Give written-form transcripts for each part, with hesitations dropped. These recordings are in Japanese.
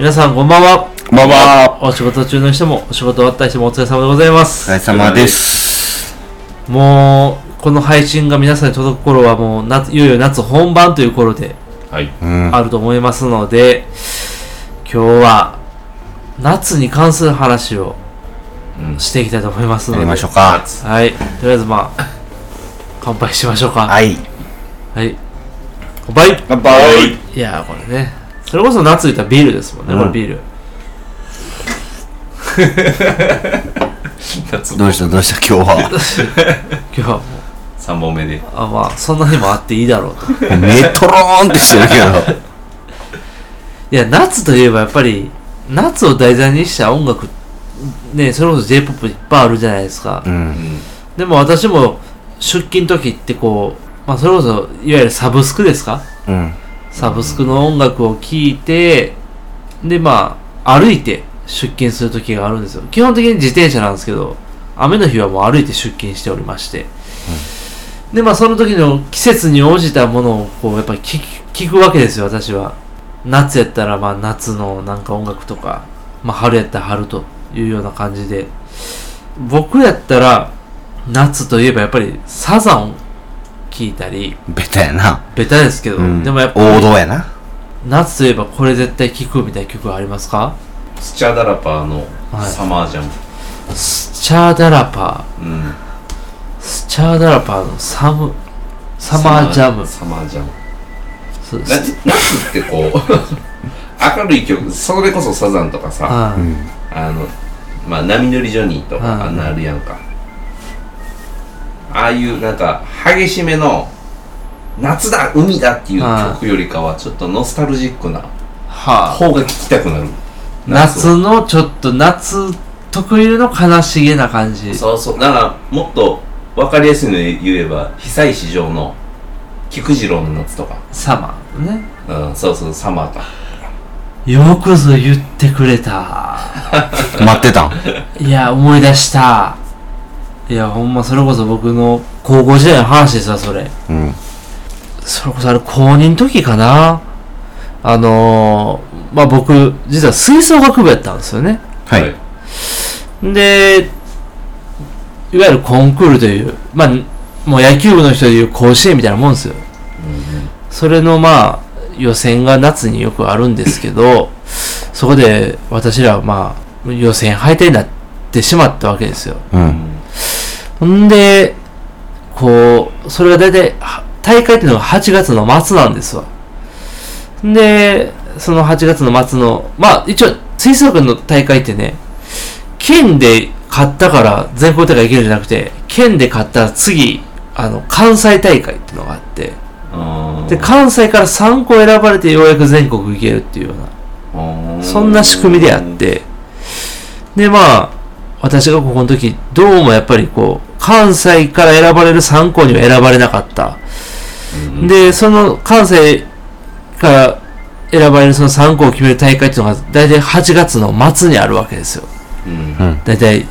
皆さんこんばんは。 こんばんは。 お仕事中の人もお仕事終わった人もお疲れ様でございます。 お疲れ様です。 もうこの配信が皆さんに届く頃はもういよいよ夏本番という頃であると思いますので、今日は夏に関する話をしていきたいと思いますので、 やりましょうか。 はい、とりあえず乾杯しましょうか。 はいはい、乾杯。 乾杯。 いやーこれね、それこそ夏言ったらビールですもんね、これビール。 どうした今日は。 今日はもう 3本目でそんな日もあっていいだろうと。 メトローンってしてるけど。 いや、夏といえばやっぱり夏を題材にした音楽ね、それこそ J-POP いっぱいあるじゃないですか。でも私も出勤時ってこう、それこそいわゆるサブスクですか、サブスクの音楽を聴いて、で歩いて出勤する時があるんですよ。基本的に自転車なんですけど、雨の日はもう歩いて出勤しておりまして、でその時の季節に応じたものをこうやっぱり聞くわけですよ。私は夏やったら夏のなんか音楽とか、春やったら春というような感じで、僕やったら夏といえばやっぱりサザンを聞いたり、 ベタやな。 ベタですけど、でもやっぱり王道やな。 夏といえばこれ絶対聴くみたいな曲はありますか？ スチャダラパーのサマージャム、 スチャダラパー、スチャダラパーのサマージャム。 サマージャム。夏ってこう明るい曲、それこそサザンとかさ、波乗りジョニーとかあるやんか。ああいうなんか激しめの夏だ海だっていう曲よりかはちょっとノスタルジックな方が聴きたくなる。 夏のちょっと夏特有の悲しげな感じ。 そうそう。だからもっと分かりやすいので言えば久石譲の菊次郎の夏とかサマーね。 そうそう、サマーか。 よくぞ言ってくれた。 待ってたん。 いや思い出した。いやほんまそれこそ僕の高校時代の話ですわ。それそれこそ高2の時かな。僕実は吹奏楽部やったんですよね。 はい。 でいわゆるコンクールというもう野球部の人でいう甲子園みたいなもんですよ。それの予選が夏によくあるんですけど、そこで私らは予選敗退になってしまったわけですよ。んでこうそれが大体大会っていうのが8月の末なんですわ。でその8月の末の一応吹奏楽の大会ってね、県で勝ったから全国大会行けるんじゃなくて、県で勝ったら次関西大会っていうのがあって、で関西から3校選ばれてようやく全国行けるっていうような、そんな仕組みであって、で私がここの時どうもやっぱりこう関西から選ばれる3校には選ばれなかった。でその関西から選ばれるその3校を決める大会っていうのが大体8月の末にあるわけですよ。大体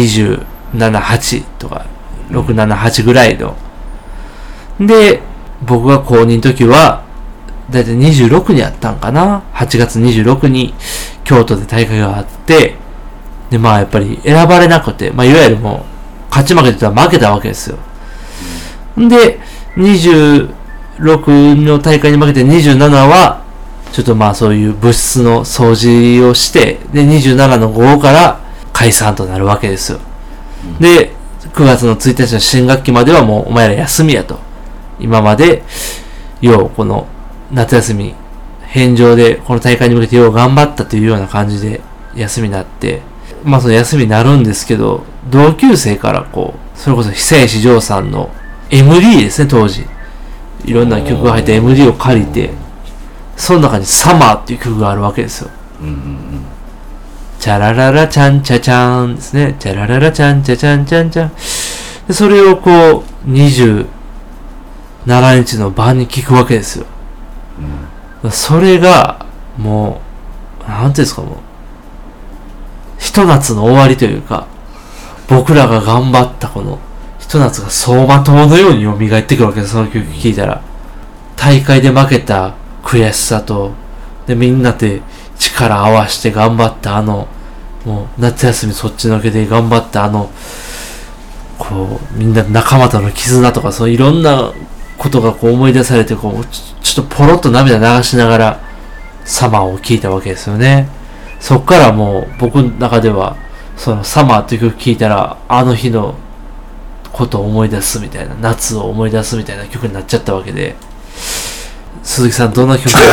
27、8とか6、7、8ぐらいの。で僕が高2の時は大体26にあったんかな。8月26に京都で大会があって、でやっぱり選ばれなくて、いわゆるもう勝ち負けてたら負けたわけですよ。で26の大会に負けて27はちょっとそういう物質の掃除をして、で27の午後から解散となるわけですよ。で9月の1日の新学期まではもうお前ら休みやと。今までようこの夏休み返上でこの大会に向けてよう頑張ったというような感じで休みになって、その休みになるんですけど、同級生からそれこそ久石譲さんの MD ですね、当時いろんな曲が入った MD を借りて、その中にサマーっていう曲があるわけですよ。チャラララチャンチャチャンですね。チャラララチャンチャチャンチャンチャンで、それを27日の晩に聞くわけですよ。それがもうなんていうんですか、もうひと夏の終わりというか、僕らが頑張ったこのひと夏が走馬灯のように蘇ってくるわけです。その曲聴いたら大会で負けた悔しさと、でみんなで力合わして頑張ったもう夏休みそっちのけで頑張ったこうみんな仲間との絆とかそういろんなことがこう思い出されてこうちょっとポロッと涙流しながらサマーを聴いたわけですよね。そっからもう僕の中ではそのサマーっていう曲聴いたらあの日のことを思い出すみたいな、夏を思い出すみたいな曲になっちゃったわけで、鈴木さんどんな曲が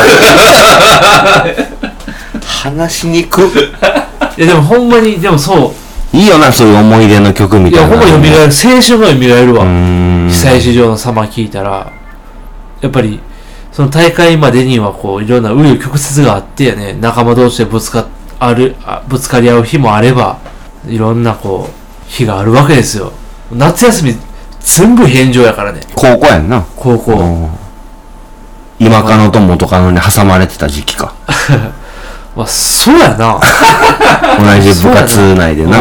話しにくいやでもほんまにでもそういいよな、そういう思い出の曲みたいな。 いやほんまに蘇る、青春が蘇るわ。久石譲のサマー聴いたらやっぱりその大会までにはこういろんな紆余曲折があってやね、仲間同士でぶつかり合う日もあればいろんなこう日があるわけですよ。夏休み全部返上やからね。 高校やんな。 高校今カノと元カノに挟まれてた時期かまあそうやな同じ部活内でな。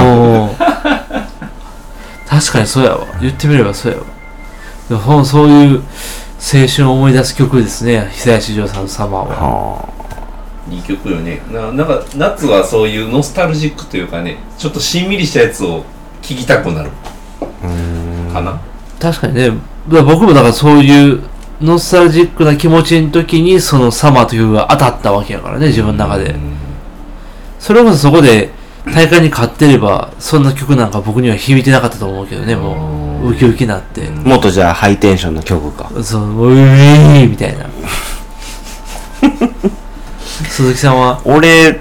確かにそうやわ、言ってみればそうやわ。でもそういう青春を思い出す曲ですね、久石譲さんのサマーは。 いい曲よね。なんか夏はそういうノスタルジックというかね、ちょっとしんみりしたやつを聴きたくなるかな。 確かにね、僕もだからそういうノスタルジックな気持ちの時にそのサマーという曲が当たったわけやからね、自分の中で。それこそそこで大会に勝ってればそんな曲なんか僕には響いてなかったと思うけどね、もうウキウキなって、 もっとじゃあハイテンションな曲か。 そうウィーみたいな鈴木さんは？ 俺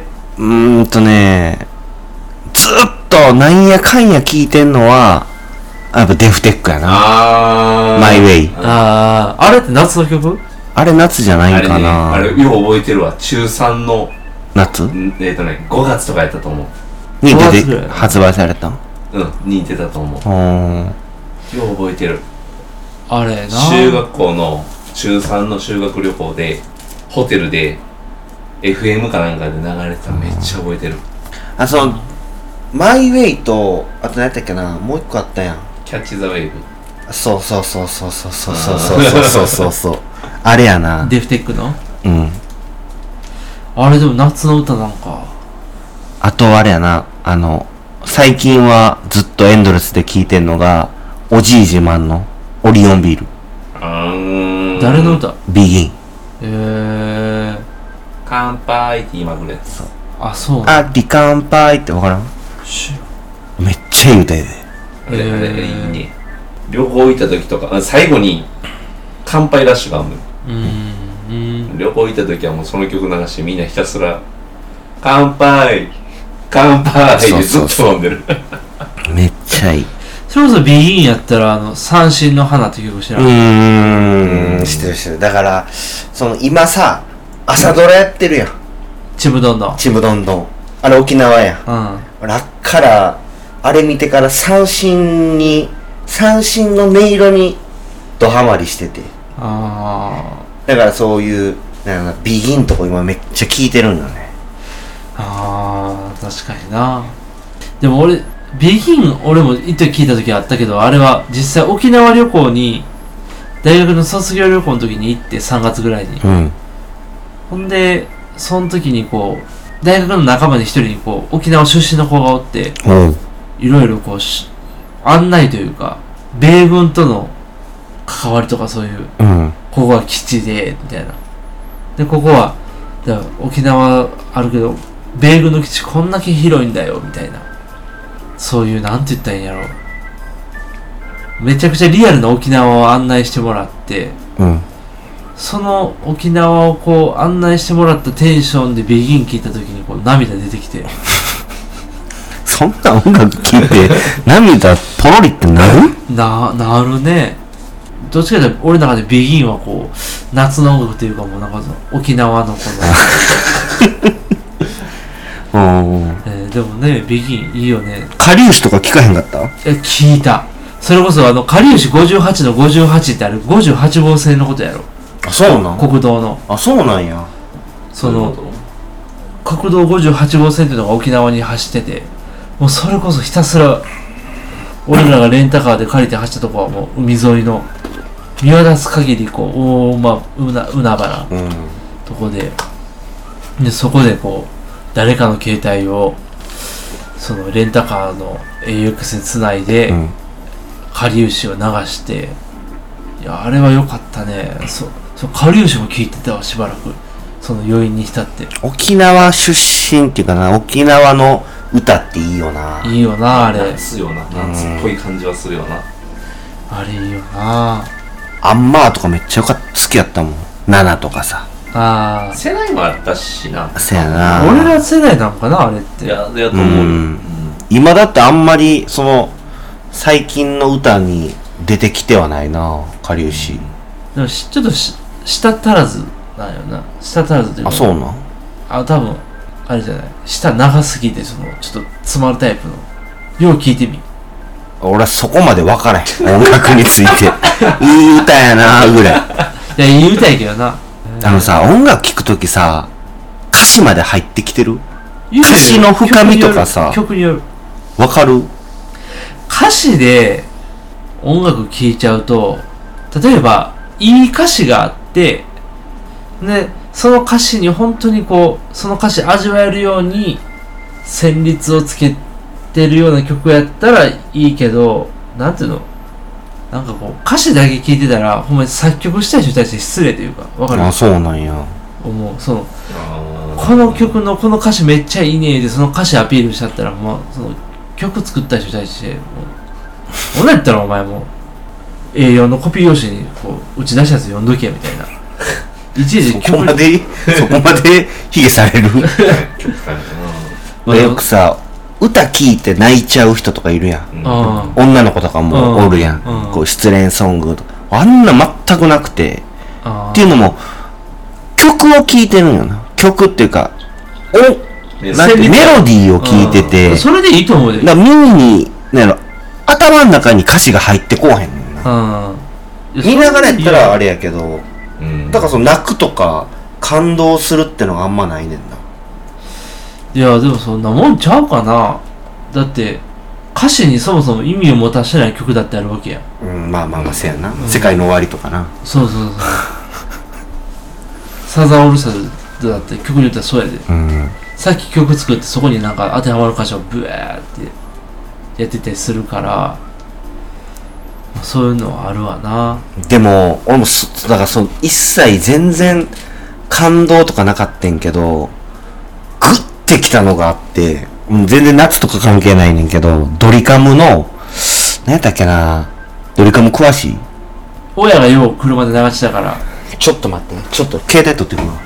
ずっとなんやかんや聞いてんのはやっぱデフテックやな。マイウェイ。 あれって夏の曲？ あれ夏じゃないんかな。 あれよう覚えてるわ。中3の夏 5月とかやったと思う。 に発売されたん？ に出たと思う。よう覚えてる。 あれな、 中学校の中3の修学旅行でホテルで FM かなんかで流れてた。めっちゃ覚えてる。 マイウェイとあと何やったっけな、もう一個あったやん。 キャッチザウェーブ。 そうあれやな。 デフテックのあれでも夏の歌なんか。 あとあれやな、最近はずっとエンドレスで聴いてんのがおじい自慢のオリオンビール。 誰の歌？ ビギン。 乾杯って言いまくるやつ。 あ、そうあり乾杯ってわからん？めっちゃいい歌やで。 あれいいね。旅行行った時とか最後に乾杯ラッシュがあるのよ。旅行行った時はもうその曲流してみんなひたすら乾杯乾杯ってずっと飲んでる。 めっちゃいい。 それこそビギンやったら三振の花って曲知らん？ 知ってる。だから今さ朝ドラやってるやん。 ちむどんどん。 あれ沖縄やん。 うん。 あっからあれ見てから三振の音色にドハマりしてて。だからそういうビギンとか今めっちゃ聴いてるんだね。 確かにな。でもビギン俺も一時聞いた時あったけど、あれは実際沖縄旅行に大学の卒業旅行の時に行って3月ぐらいに。ほんでその時にこう大学の仲間に一人にこう沖縄出身の子がおって、いろいろこう案内というか米軍との関わりとかそういう、ここは基地でみたいな。でここはだから沖縄あるけど米軍の基地こんだけ広いんだよみたいな、そういうなんて言ったらいいんやろ、めちゃくちゃリアルな沖縄を案内してもらって、その沖縄をこう案内してもらったテンションでビギン聞いた時にこう涙出てきてそんな音楽聴いて涙ポロリってなる？ なるね。どっちかというと俺の中でビギンはこう夏の音楽というかもうなんか沖縄のこのでもねビギンいいよね。 かりゆしとか聞かへんかった？ 聞いた。それこそかりゆし58の58ってある58号線のことやろ。 あ、そうなん？ 国道の。 あ、そうなんや。 国道58号線っていうのが沖縄に走ってて、もうそれこそひたすら俺らがレンタカーで借りて走ったとこはもう海沿いの見渡す限りこう海原とこででそこでこう誰かの携帯をそのレンタカーの AUX につないで、かりゆしを流して、いやあれは良かったね。かりゆしも聞いてたわ、しばらく。その余韻に浸って。 沖縄出身っていうかな、沖縄の歌っていいよな。 いいよな、あれ。 夏よな、夏っぽい感じはするよな。 あれいいよな。 アンマーとかめっちゃ好きやったもん。ナナとかさ。 ああ。世代もあったしな。 せやな。 俺ら世代なのかな、あれって。 いやと思う。 今だってあんまりその最近の歌に出てきてはないな、かりゆし。 でもちょっと舌足らずなんよな。舌足らずというか。 あ、そうなん。 多分あれじゃない。舌長すぎてちょっと詰まるタイプの。よう聞いてみ。 俺はそこまで分からへん。音楽について。いい歌やなぐらい。 いや、いい歌やけどな。 さ、音楽聴くときさ、歌詞まで入ってきてる？歌詞の深みとかさ、 曲による。 わかる？ 歌詞で音楽聴いちゃうと、例えばいい歌詞があって、でその歌詞に本当にこうその歌詞味わえるように旋律をつけてるような曲やったらいいけど、なんていうの、なんかこう歌詞だけ聴いてたらほんまに作曲した人に対して失礼というか、わかる？ あ、そうなんや。 思う。この曲のこの歌詞めっちゃいいねでその歌詞アピールしちゃったら、もうその曲作った人に対して俺やったらお前も A4 のコピー用紙にこう打ち出したやつ読んどけみたいな。いちいちそこまで卑下される。よくさ、歌聴いて泣いちゃう人とかいるやん。女の子とかもおるやん。こう失恋ソングとかあんな全くなくて、っていうのも曲を聴いてるんよな。曲っていうかなんてメロディーを聴いてて、 それでいいと思うで。 だから耳に頭の中に歌詞が入ってこうへんねんな。見ながらやったらあれやけど、だからその泣くとか感動するってのがあんまないねんな。 いやでもそんなもんちゃうかな。だって歌詞にそもそも意味を持たしてない曲だってあるわけや。 まあせやな、世界の終わりとかな。 そうサザンオールスターズだって曲によってはそうやで、さっき曲作ってそこになんか当てはまる歌詞をブワーってやってたりするから、そういうのはあるわな。でも俺もだから一切全然感動とかなかったんけど、グッてきたのがあって、全然夏とか関係ないねんけど、ドリカムの何やったっけな、ドリカム詳しい？ 親がよう車で流してたから。 ちょっと待ってね、ちょっと携帯取ってくるわ。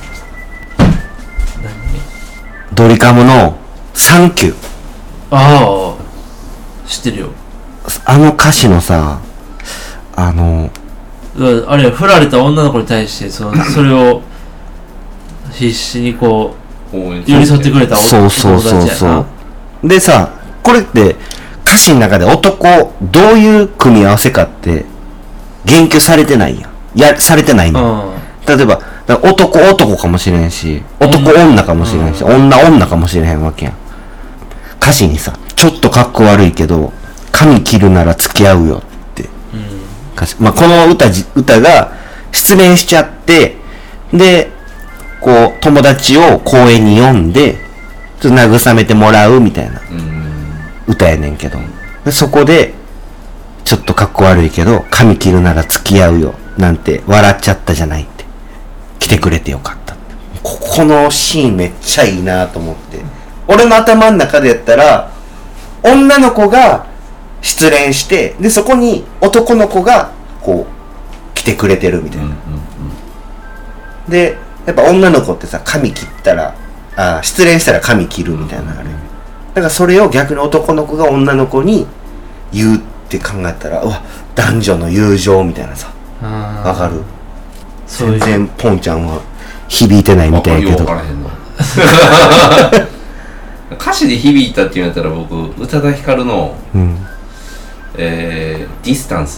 ドリカムのサンキュー。 ああ、知ってるよ。 あの歌詞のさ、あれ振られた女の子に対してそれを必死にこう寄り添ってくれたそうでさ、これって歌詞の中で男どういう組み合わせかって言及されてないされてないの。例えば男かもしれんし、男女かもしれんし、女かもしれへんわけやん。歌詞にさ、ちょっとかっこ悪いけど髪切るなら付き合うよって、まあ、この歌が失恋しちゃって、でこう友達を公園に呼んでちょっと慰めてもらうみたいな歌やねんけど、でそこでちょっとかっこ悪いけど髪切るなら付き合うよなんて笑っちゃったじゃないって、来てくれてよかったって。このシーンめっちゃいいなと思って、俺の頭の中でやったら女の子が失恋して、でそこに男の子がこう来てくれてるみたいな、でやっぱ女の子ってさ、髪切ったら失恋したら髪切るみたいなのある。だからそれを逆に男の子が女の子に言うって考えたら、うわ、男女の友情みたいなさ、わかる？全然ポンちゃんは響いてないみたいやけど。 歌詞で響いたって言われたら、僕宇多田ヒカルの、ディスタンス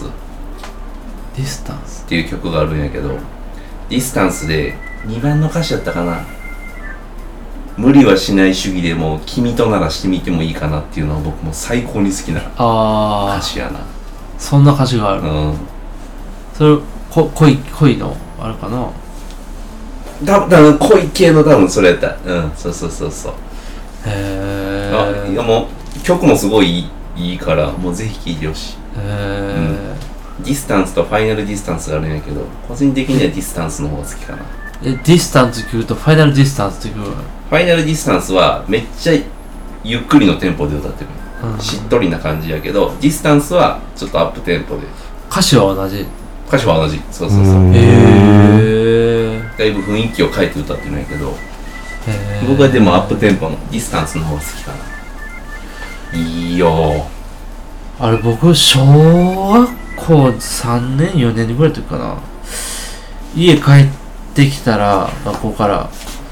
っていう曲があるんやけど、ディスタンスで2番の歌詞だったかな、無理はしない主義でも君とならしてみてもいいかなっていうのは僕も最高に好きな歌詞やな。 そんな歌詞がある。それ恋のあれかな。 多分濃い系の多分それやった。そうへえ。いやもう曲もすごいいいからもうぜひ聴いてほしい。ディスタンスとファイナルディスタンスがあるんやけど、個人的にはディスタンスの方が好きかな。 ディスタンス聞くとファイナルディスタンスって聞く。ファイナルディスタンスはめっちゃゆっくりのテンポで歌ってる、しっとりな感じやけど、ディスタンスはちょっとアップテンポで。 歌詞は同じ。 そうへえ。 だいぶ雰囲気を変えて歌ってるんやけど、僕はでもアップテンポのディスタンスの方が好きかな。いいよ。 あれ僕小学校3年4年ぐらいの時かな、家帰ってきたら学校から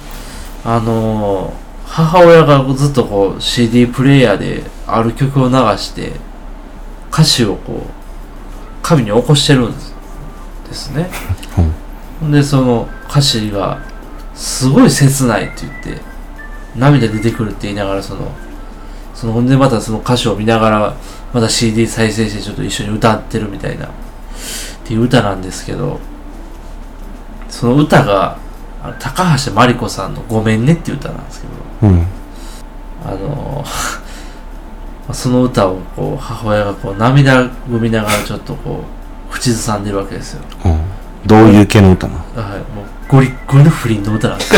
母親がずっとこう CD プレイヤーである曲を流して歌詞をこう紙に起こしてるんですね。でその歌詞がすごい切ないって言って涙出てくるって言いながらそのでまたその歌詞を見ながらまた CD 再生してちょっと一緒に歌ってるみたいなっていう歌なんですけど、その歌が高橋真理子さんのごめんねっていう歌なんですけど、その歌をこう母親がこう涙ぐみながらちょっとこう口ずさんでるわけですよ。 どういう系の歌なの？ はい、もうゴリッゴリの不倫の歌なんですよ。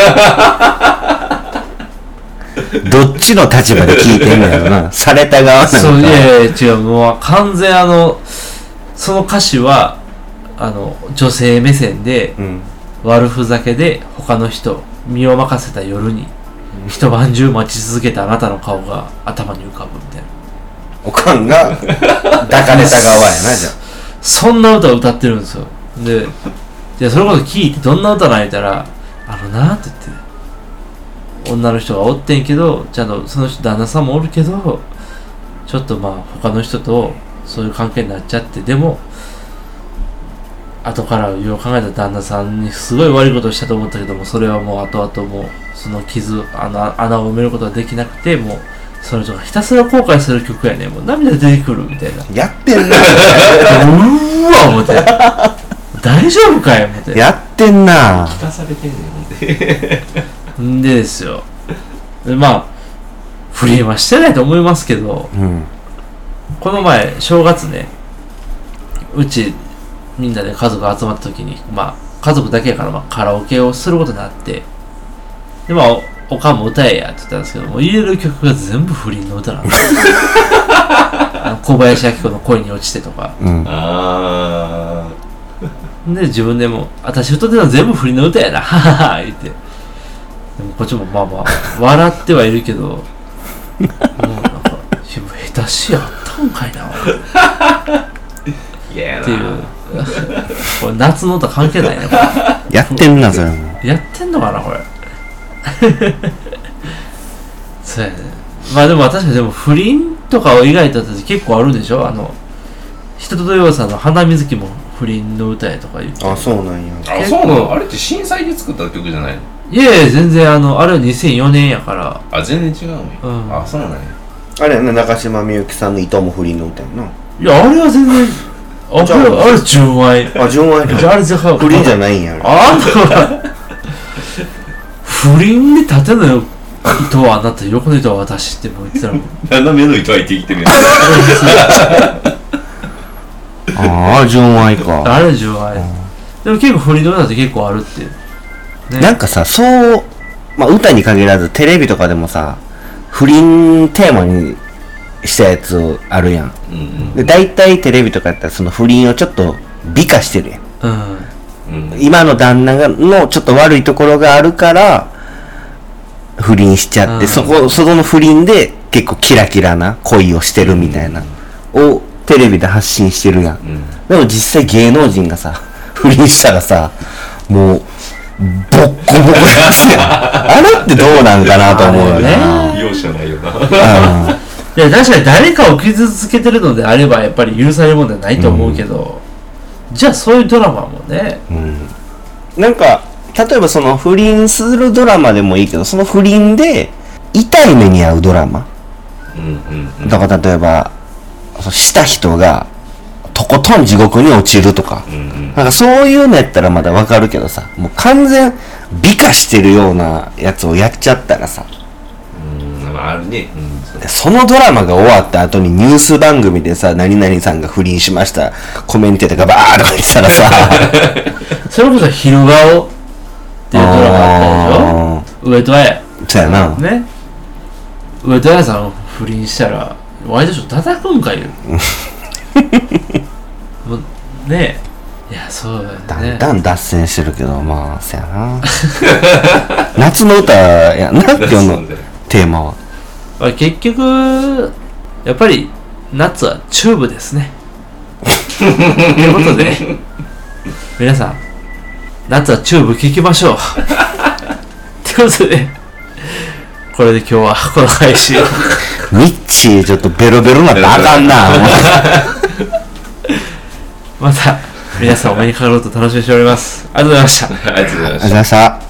どっちの立場で聞いてんのやろな。された側なのか。 そう、いや違う、もう完全その歌詞は女性目線で、悪ふざけで他の人身を任せた夜に、一晩中待ち続けたあなたの顔が頭に浮かぶみたいな。 おかんが抱かれた側やな。じゃあそんな歌を歌ってるんですよ。でそれこそ聞いてどんな歌なんやったらなって言って、女の人がおってんけどちゃんとその人旦那さんもおるけどちょっとまあ他の人とそういう関係になっちゃって、でも後からよう考えたら旦那さんにすごい悪いことをしたと思ったけども、それはもう後々もうその穴を埋めることができなくて、もうその人がひたすら後悔する曲やね。もう涙出てくるみたいな。 やってんな。 うわ思って大丈夫かい思って。 やってんな。 聞かされてんねんでですよ。でまあ不倫はしてないと思いますけど、この前正月ね、うちみんなで家族集まった時に、まあ家族だけやから、カラオケをすることになって、でおかんも歌えやって言ったんですけども、入れる曲が全部不倫の歌なんですよ。小林明子の恋に落ちてとか、で自分でも私歌ってるの全部不倫の歌やなははは言って、でもこっちもまあ笑ってはいるけど、もうなんか下手しやったんかいなっていう。これ夏の歌関係ないね。 やってんなそれも。 やってんのかなこれ。そうやね。まあでも確かに不倫とかを描いたって結構あるでしょ。人とようさんの花水木も不倫の歌やとか言って。 あ、そうなんや。 そうなの。あれって震災で作った曲じゃないの？ いやいや全然あれは2004年やから。 全然違うの。そうなんや。 あれやな、中島みゆきさんの糸も不倫の歌やな。 いやあれは全然。あれ純愛。 純愛だ。 あれじゃ不倫じゃないんや。 不倫で縦の糸はあなた、横の糸は私っても言ってたら斜めの糸は言ってきてるやん。 純愛か。 あれ純愛。でも結構不倫の歌って結構あるって。 ね、なんかさ、歌に限らずテレビとかでもさ、不倫テーマにしたやつあるやん。で大体テレビとかやったらその不倫をちょっと美化してるやん。今の旦那のちょっと悪いところがあるから不倫しちゃって、その不倫で結構キラキラな恋をしてるみたいな、をテレビで発信してるやん。でも実際芸能人がさ不倫したらさ、もうボッコボコですよ。あれってどうなんかなと思うよね。 容赦ないよな。 いや確かに誰かを傷つけてるのであればやっぱり許されるものではないと思うけど、じゃあそういうドラマもね、 なんか例えばその不倫するドラマでもいいけど、その不倫で痛い目に遭うドラマ、だから例えばした人がとことん地獄に落ちるとか、なんかそういうのやったらまだわかるけどさ、もう完全美化してるようなやつをやっちゃったらさ、 あるね、 そのドラマが終わった後にニュース番組でさ、何々さんが不倫しましたコメンテーターがバーッとか言ってたらさそれこそ昼顔っていうドラマあったでしょ、上戸彩。 そうやなね、上戸彩さん不倫したらワイドショー叩くんかいうもうねえ、いやそうだね、 だんだん脱線してるけど、まあそうやな夏の歌やな今日のテーマは。 結局やっぱり夏はチューブですねということで皆さん夏はチューブ聴きましょうということでこれで今日はこの配信ミッチーちょっとベロベロなったらあかんなまた皆さんお目にかかろうと楽しみにしております。ありがとうございました。 ありがとうございました。 ありがとうございました。